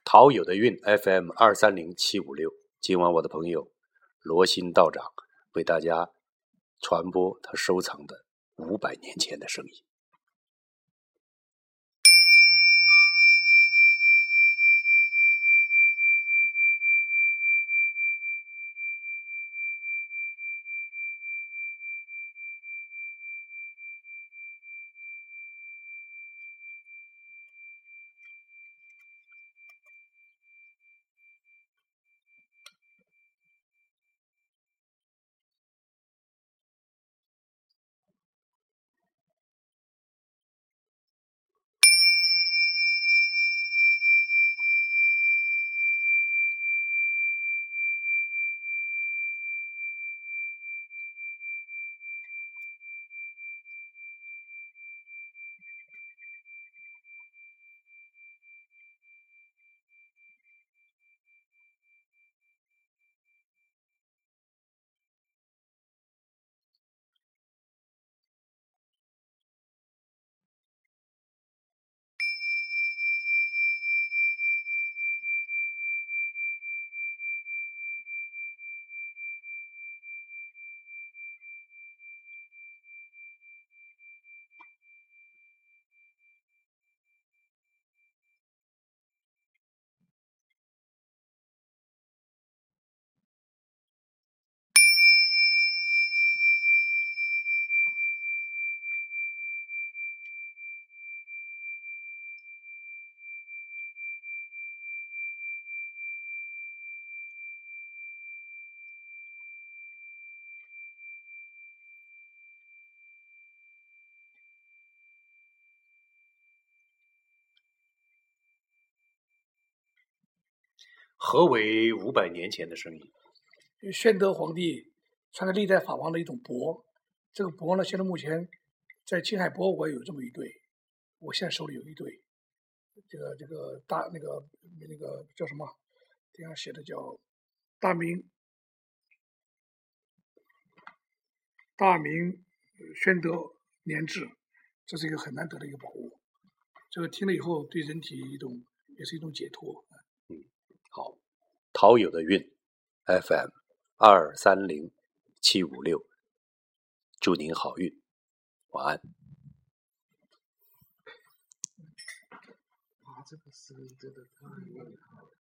陶有的韵 FM 230756，今晚我的朋友罗新道长为大家传播他收藏的500年前的声音。何为500年前的声音？ 宣德皇帝穿的历代法王的一种帛，这个帛呢，现在目前在青海博物馆有这么一对，我现在手里有一对，这个大那个叫什么？这样写的叫大明宣德年制，这是一个很难得的一个宝物。这个听了以后，对人体也是一种解脱。 好，陶有的韵 FM 230756，祝您好运，晚安。 这个声音真的太美好了。